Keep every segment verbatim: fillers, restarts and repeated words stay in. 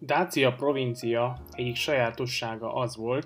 Dácia provincia egyik sajátossága az volt,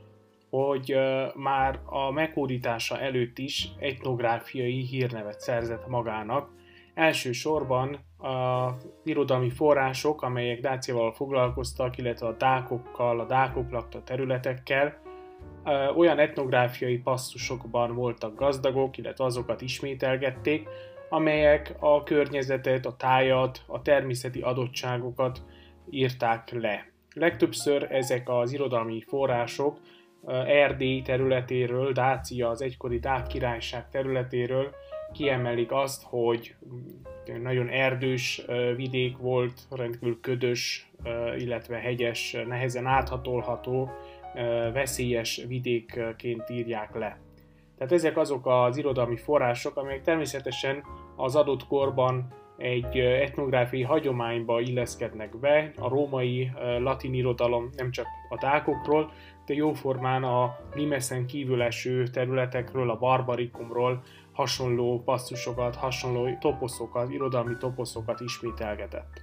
hogy már a meghódítása előtt is etnográfiai hírnevet szerzett magának. Elsősorban az irodalmi források, amelyek Dáciával foglalkoztak, illetve a dákokkal, a dákok lakta területekkel, olyan etnográfiai passzusokban voltak gazdagok, illetve azokat ismételgették, amelyek a környezetet, a tájat, a természeti adottságokat írták le. Legtöbbször ezek az irodalmi források Erdély területéről, Dácia, az egykori Dák királyság területéről kiemelik azt, hogy nagyon erdős vidék volt, rendkívül ködös, illetve hegyes, nehezen áthatolható, veszélyes vidékként írják le. Tehát ezek azok az irodalmi források, amelyek természetesen az adott korban egy etnográfiai hagyományba illeszkednek be. A római latin irodalom nem csak a dákokról, de jóformán a limeszen kívül eső területekről, a barbarikumról hasonló passzusokat, hasonló toposzokat, irodalmi toposzokat ismételgetett.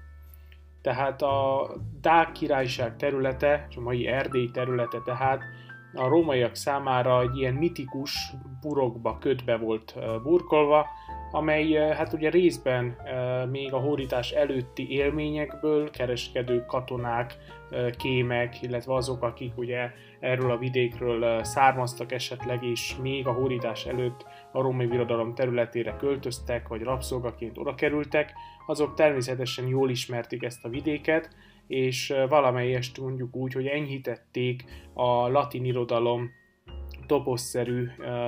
Tehát a Dák királyság területe, és a mai Erdély területe tehát a rómaiak számára egy ilyen mitikus burokba, ködbe volt burkolva, amely hát ugye részben még a hódítás előtti élményekből, kereskedők, katonák, kémek, illetve azok, akik ugye erről a vidékről származtak esetleg, és még a hódítás előtt a római birodalom területére költöztek, vagy rabszolgaként oda kerültek, azok természetesen jól ismerték ezt a vidéket, és valamelyest mondjuk úgy, hogy enyhítették a latin irodalom toposzszerű,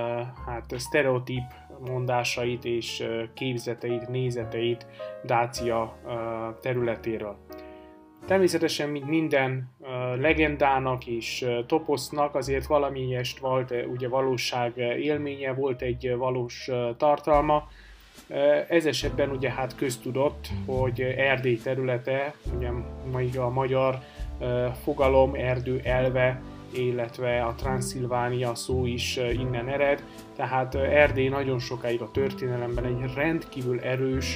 hát sztereotíp mondásait és képzeteit, nézeteit Dácia területéről. Természetesen, mint minden legendának és toposznak, azért valamelyest volt ugye valóság élménye, volt egy valós tartalma. Ez esetben ugye hát köztudott, hogy Erdély területe, ugye mai a magyar fogalom, erdő elve, illetve a Transzilvánia szó is innen ered, tehát Erdély nagyon sokáig a történelemben egy rendkívül erős,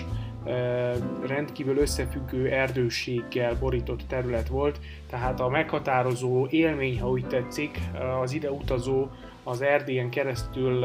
rendkívül összefüggő erdőséggel borított terület volt, tehát a meghatározó élmény, ha úgy tetszik, az ide utazó, az Erdélyen keresztül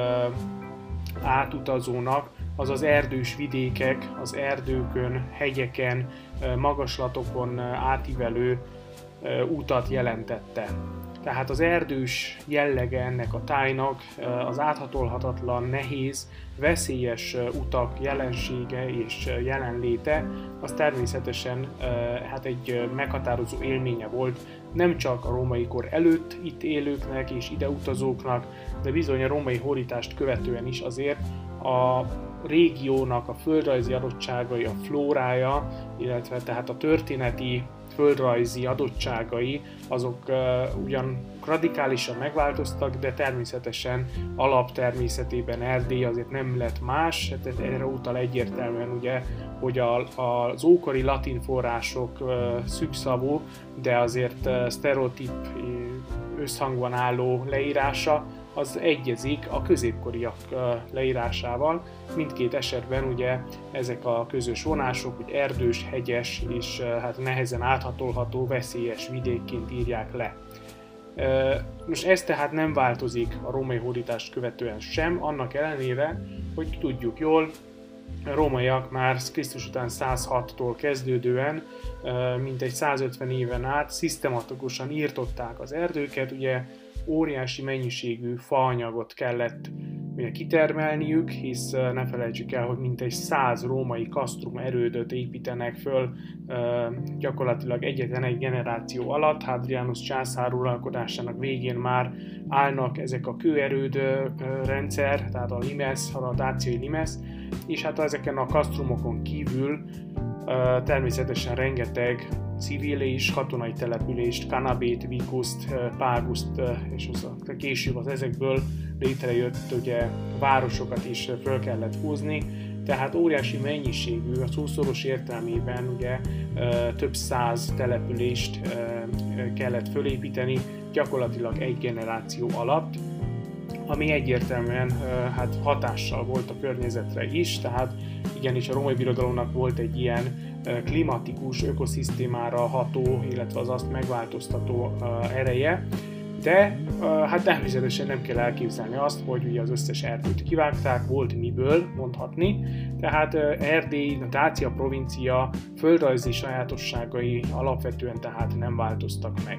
átutazónak, az az erdős vidékek, az erdőkön, hegyeken, magaslatokon átívelő utat jelentette. Tehát az erdős jellege ennek a tájnak, az áthatolhatatlan, nehéz, veszélyes utak jelensége és jelenléte, az természetesen hát egy meghatározó élménye volt nem csak a római kor előtt itt élőknek és ideutazóknak, de bizony a római hódítást követően is azért a régiónak a földrajzi adottságai, a flórája, illetve tehát a történeti földrajzi adottságai, azok uh, ugyan radikálisan megváltoztak, de természetesen alaptermészetében Erdély azért nem lett más, tehát erre utal egyértelműen ugye, hogy a, a, az ókori latin források uh, szűkszavú, de azért uh, sztereotíp összhangban álló leírása, az egyezik a középkoriak leírásával. Mindkét esetben ugye ezek a közös vonások, hogy erdős, hegyes és hát nehezen áthatolható, veszélyes vidékként írják le. Most ez tehát nem változik a római hódítást követően sem, annak ellenére, hogy tudjuk jól, a rómaiak már Krisztus után százhattól kezdődően, mintegy százötven éven át szisztematikusan írtották az erdőket, ugye óriási mennyiségű faanyagot kellett ugye kitermelniük, hisz ne felejtsük el, hogy mintegy száz római kasztrum erődöt építenek föl gyakorlatilag egyetlen egy generáció alatt. Hadrianus császár uralkodásának végén már állnak ezek a kőerőd rendszer, tehát a limes, a dáciai limes, és hát ezeken a kasztrumokon kívül természetesen rengeteg civil és katonai települést, Canabét, Vicuszt, Páguszt, és az a, később az ezekből létrejött ugye, városokat is föl kellett húzni, tehát óriási mennyiségű, a szószoros értelmében ugye, több száz települést kellett fölépíteni gyakorlatilag egy generáció alatt, ami egyértelműen hát hatással volt a környezetre is, tehát igenis a római birodalomnak volt egy ilyen klimatikus ökoszisztémára ható, illetve az azt megváltoztató ereje, de hát természetesen nem kell elképzelni azt, hogy ugye az összes erdőt kivágták, volt miből mondhatni, tehát Erdély, a Dácia provincia földrajzi sajátosságai alapvetően tehát nem változtak meg.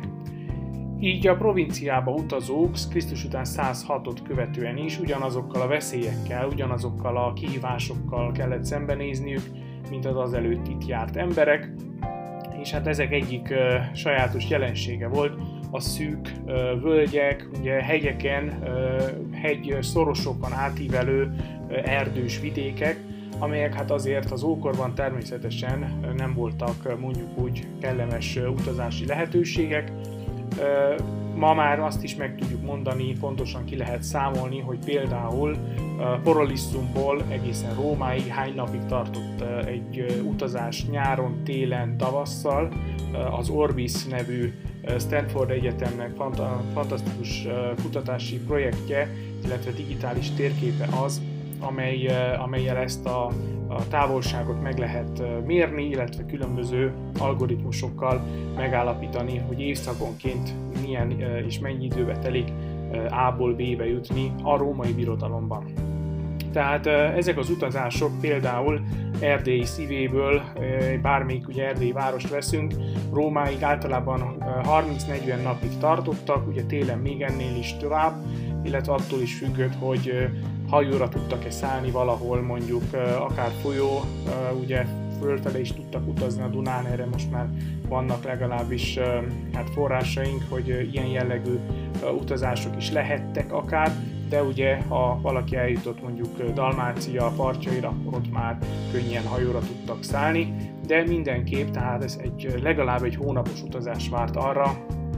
Így a provinciába utazók Krisztus után száz hatot követően is ugyanazokkal a veszélyekkel, ugyanazokkal a kihívásokkal kellett szembenézniük, mint az azelőtt itt járt emberek, és hát ezek egyik uh, sajátos jelensége volt a szűk uh, völgyek, ugye hegyeken, uh, hegy szorosokon átívelő uh, erdős vidékek, amelyek hát azért az ókorban természetesen nem voltak mondjuk úgy kellemes uh, utazási lehetőségek. Uh, ma már azt is meg tudjuk mondani, pontosan ki lehet számolni, hogy például Porolisszumból egészen Rómáig hány napig tartott egy utazás nyáron, télen, tavasszal. Az Orbis nevű Stanford Egyetemnek fantasztikus kutatási projektje, illetve digitális térképe az, amely, amellyel ezt a, a távolságot meg lehet mérni, illetve különböző algoritmusokkal megállapítani, hogy évszakonként milyen és mennyi időbe telik A-ból B-be jutni a római birodalomban. Tehát ezek az utazások például Erdély szívéből, bármelyik ugye erdélyi várost veszünk, Rómáig általában harminc-negyven napig tartottak, ugye télen még ennél is tovább, illetve attól is függött, hogy hajóra tudtak-e szállni valahol, mondjuk akár folyó, ugye fölfele is tudtak utazni a Dunán, erre most már vannak legalábbis hát forrásaink, hogy ilyen jellegű utazások is lehettek akár, de ugye ha valaki eljutott mondjuk Dalmácia partjaira, akkor ott már könnyen hajóra tudtak szállni, de mindenképp, tehát ez egy legalább egy hónapos utazás várt arra,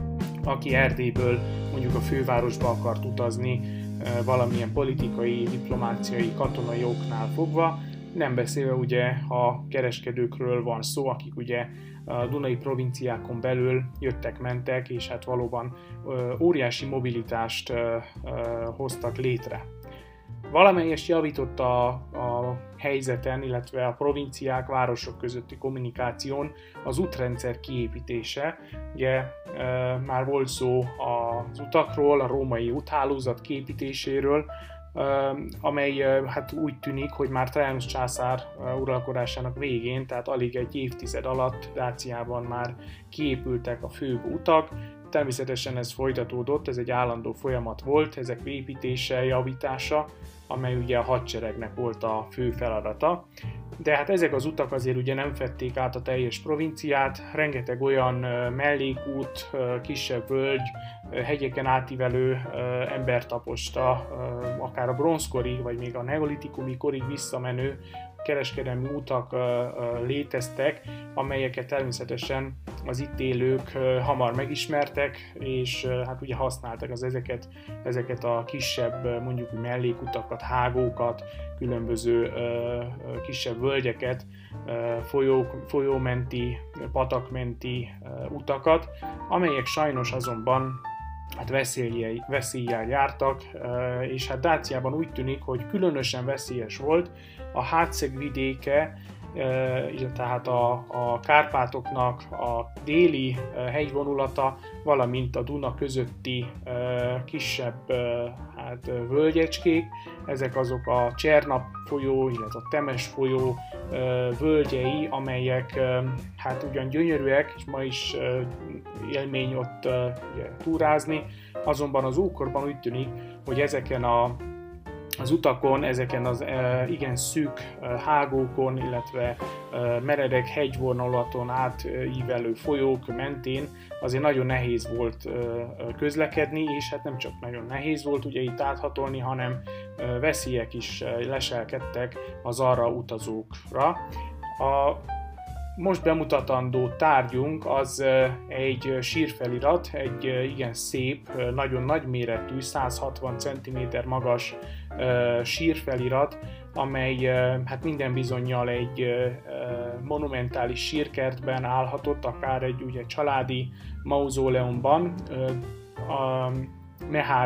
aki Erdélyből mondjuk a fővárosba akart utazni valamilyen politikai, diplomáciai, katonai oknál fogva, nem beszélve ugye a kereskedőkről van szó, akik ugye a Dunai provinciákon belül jöttek-mentek, és hát valóban óriási mobilitást hoztak létre. Valamelyest javított a, a helyzeten, illetve a provinciák, városok közötti kommunikáción az útrendszer kiépítése. Ugye e, már volt szó az utakról, a római úthálózat kiépítéséről, e, amely e, hát úgy tűnik, hogy már Trajanus császár uralkodásának végén, tehát alig egy évtized alatt Dáciában már kiépültek a főbb utak. Természetesen ez folytatódott, ez egy állandó folyamat volt, ezek építése, javítása, amely ugye a hadseregnek volt a fő feladata. De hát ezek az utak azért ugye nem fedték át a teljes provinciát, rengeteg olyan mellékút, kisebb völgy, hegyeken átívelő ember taposta, akár a bronzkori, vagy még a neolitikumi korig visszamenő kereskedelmi utak léteztek, amelyeket természetesen az itt élők hamar megismertek, és hát ugye használtak az ezeket, ezeket a kisebb mondjuk mellékutakat, hágókat, különböző kisebb völgyeket, folyók, folyómenti, patakmenti utakat, amelyek sajnos azonban hát veszéllyel jártak, és hát Dáciában úgy tűnik, hogy különösen veszélyes volt a hátszeg vidéke, tehát a, a Kárpátoknak a déli hegyvonulata, valamint a Duna közötti kisebb hát, völgyecskék. Ezek azok a Csernap folyó, illetve a Temes folyó völgyei, amelyek hát ugyan gyönyörűek, és ma is élmény ott ugye, túrázni, azonban az ókorban úgy tűnik, hogy ezeken a az utakon, ezeken az e, igen szűk e, hágókon, illetve e, meredek hegyvonulaton átívelő folyók mentén azért nagyon nehéz volt e, közlekedni, és hát nem csak nagyon nehéz volt ugye itt áthatolni, hanem e, veszélyek is e, leselkedtek az arra utazókra. A most bemutatandó tárgyunk az egy sírfelirat, egy igen szép, nagyon nagyméretű, száz hatvan centiméter magas sírfelirat, amely hát minden bizonnyal egy monumentális sírkertben állhatott, akár egy ugye családi mauzóleumban, a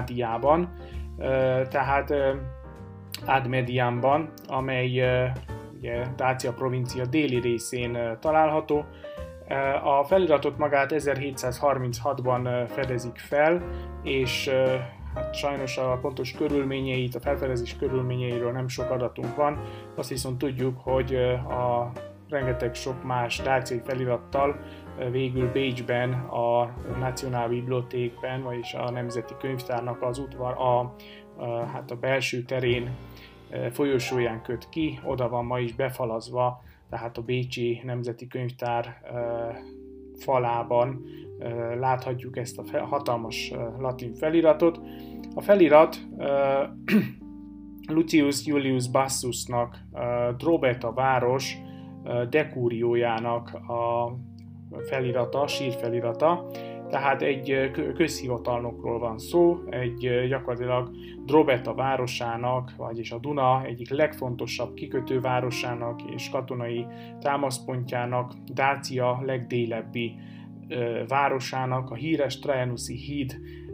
Mehádiában, tehát Ad Medianban, amely ugye Dácia provincia déli részén található. A feliratot magát ezerhétszázharminchatban fedezik fel, és hát sajnos a pontos körülményeit, a felfedezés körülményeiről nem sok adatunk van. Azt viszont tudjuk, hogy a rengeteg sok más dáciai felirattal végül Bécsben, a Nationalbibliothekben, vagyis a Nemzeti Könyvtárnak az udvar, a, a, hát a belső terén folyosóján köt ki, oda van ma is befalazva, tehát a Bécsi Nemzeti Könyvtár falában láthatjuk ezt a hatalmas latin feliratot. A felirat Lucius Iulius Bassusnak, Drobeta város dekúriójának a felirata, sírfelirata, tehát egy közhivatalnokról van szó, egy gyakorlatilag Drobeta városának, vagyis a Duna egyik legfontosabb kikötővárosának és katonai támaszpontjának, Dácia legdélebbi városának, a híres Traianuszi híd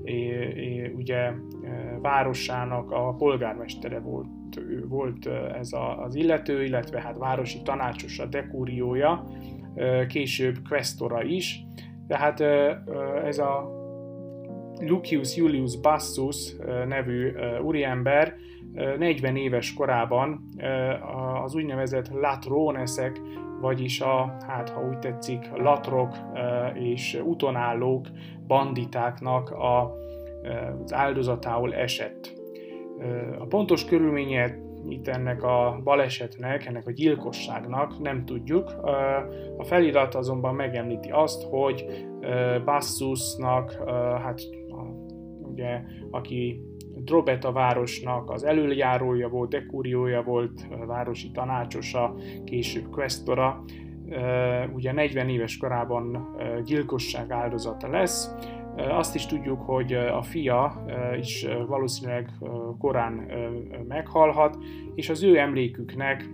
ugye városának a polgármestere volt, volt ez az illető, illetve hát városi tanácsosa, dekúriója, később questora is. Tehát ez a Lucius Iulius Bassus nevű úriember negyven éves korában az úgynevezett latronesek, vagyis a, hát ha úgy tetszik, latrok és utonállók, banditáknak a, az áldozatául esett. A pontos körülménye itt ennek a balesetnek, ennek a gyilkosságnak nem tudjuk. A felirat azonban megemlíti azt, hogy Bassusnak, hát ugye, aki Drobeta városnak az elöljárója volt, dekúriója volt, városi tanácsosa, később questora, ugye negyven éves korában gyilkosság áldozata lesz. Azt is tudjuk, hogy a fia is valószínűleg korán meghalhat, és az ő emléküknek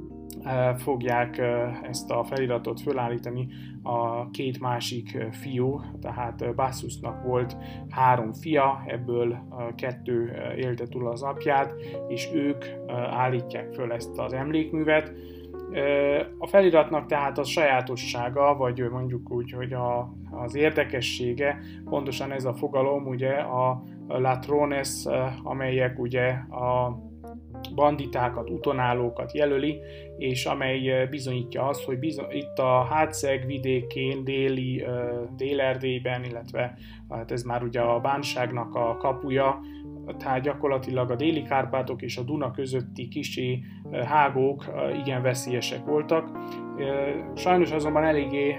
fogják ezt a feliratot fölállítani a két másik fiú, tehát Bassusnak volt három fia, ebből kettő élte túl az apját, és ők állítják föl ezt az emlékművet. A feliratnak tehát a sajátossága, vagy mondjuk úgy, hogy a, az érdekessége, pontosan ez a fogalom, ugye a latrones, amelyek ugye a banditákat, utonállókat jelöli, és amely bizonyítja azt, hogy bizony, itt a Hátszeg vidékén, déli, Dél-Erdélyben, illetve hát ez már ugye a Bánságnak a kapuja, tehát gyakorlatilag a déli Kárpátok és a Duna közötti kisi hágók igen veszélyesek voltak. Sajnos azonban eléggé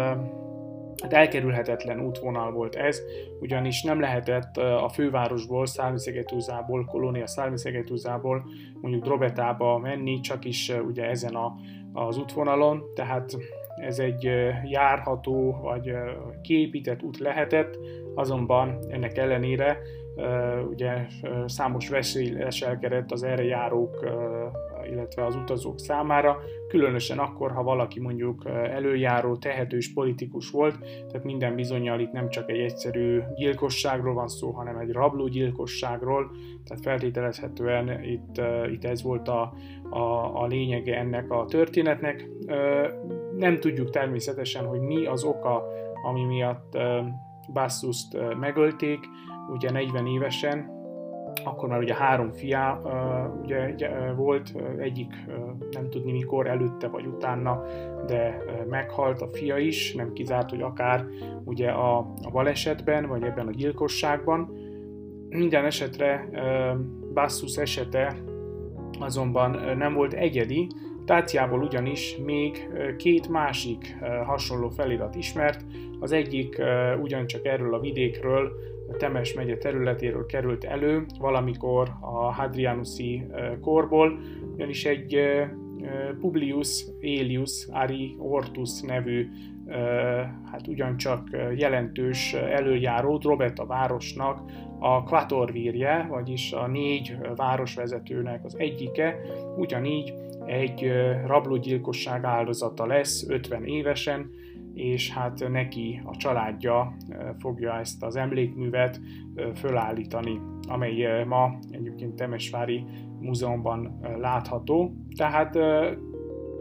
hát elkerülhetetlen útvonal volt ez, ugyanis nem lehetett a fővárosból, Szármely-Szigetúzából, Kolónia Szármely-Szigetúzából mondjuk Drobetába menni, csak is ugye ezen a, az útvonalon, tehát ez egy járható vagy kiépített út lehetett, azonban ennek ellenére ugye számos veszély leselkedett az erre járók, illetve az utazók számára, különösen akkor, ha valaki mondjuk előjáró, tehetős politikus volt, tehát minden bizonnyal itt nem csak egy egyszerű gyilkosságról van szó, hanem egy rablógyilkosságról, tehát feltételezhetően itt, itt ez volt a, a, a lényege ennek a történetnek. Nem tudjuk természetesen, hogy mi az oka, ami miatt Bassust megölték, ugye negyven évesen, akkor már ugye három fiá uh, ugye, ugye, volt, egyik uh, nem tudni mikor, előtte vagy utána, de uh, meghalt a fia is, nem kizárt, hogy akár ugye a, a balesetben, vagy ebben a gyilkosságban. Minden esetre uh, Bassus esete azonban uh, nem volt egyedi, Dáciából ugyanis még két másik uh, hasonló felirat ismert, az egyik uh, ugyancsak erről a vidékről, a Temes megye területéről került elő, valamikor a Hadrianuszi korból, ugyanis egy Publius Aelius Ari Ortus nevű, hát ugyancsak jelentős előjáró Drobeta városnak a kvatorvírje, vagyis a négy városvezetőnek az egyike, ugyanígy egy rablógyilkosság áldozata lesz ötven évesen, és hát neki a családja fogja ezt az emlékművet fölállítani, amely ma egyébként Temesvári Múzeumban látható. Tehát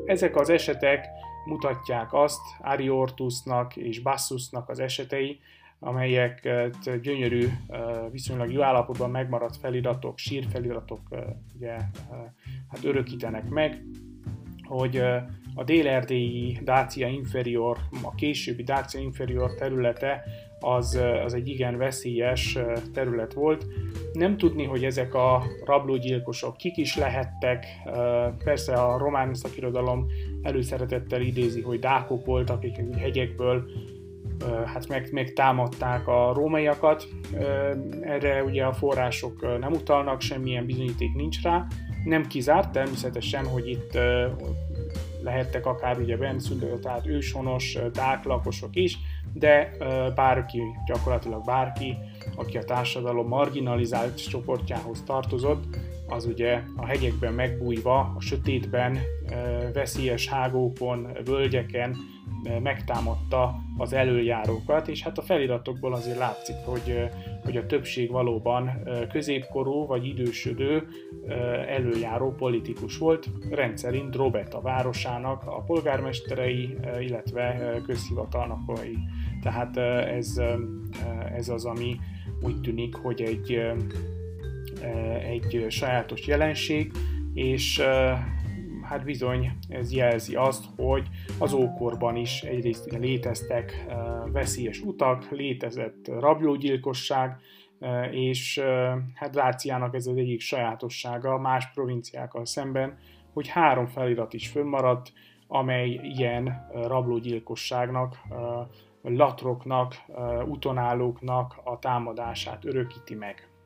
Ezek az esetek mutatják azt, Ariortusnak és Bassusnak az esetei, amelyeket gyönyörű, viszonylag jó állapotban megmaradt feliratok, sírfeliratok ugye, hát örökítenek meg, hogy a dél-erdélyi Dacia Inferior, a későbbi Dacia Inferior területe az, az egy igen veszélyes terület volt. Nem tudni, hogy ezek a rablógyilkosok kik is lehettek, persze a román szakirodalom előszeretettel idézi, hogy dákok voltak, akik hegyekből hát meg, megtámadták a rómaiakat. Erre ugye a források nem utalnak, semmilyen bizonyíték nincs rá. Nem kizárt természetesen, hogy itt lehettek akár ugye benszülött, tehát őshonos dák lakosok is, de bárki, gyakorlatilag bárki, aki a társadalom marginalizált csoportjához tartozott, az ugye a hegyekben megbújva, a sötétben, veszélyes hágókon, völgyeken megtámadta az elöljárókat, és hát a feliratokból azért látszik, hogy, hogy a többség valóban középkorú vagy idősödő elöljáró politikus volt, rendszerint Drobeta városának a polgármesterei, illetve közhivatalnokai. Tehát ez, ez az, ami úgy tűnik, hogy egy, egy sajátos jelenség, és hát bizony ez jelzi azt, hogy az ókorban is egyrészt léteztek veszélyes utak, létezett rablógyilkosság, és hát Dáciának ez az egyik sajátossága más provinciákkal szemben, hogy három felirat is fönnmaradt, amely ilyen rablógyilkosságnak, latroknak, utonállóknak a támadását örökíti meg.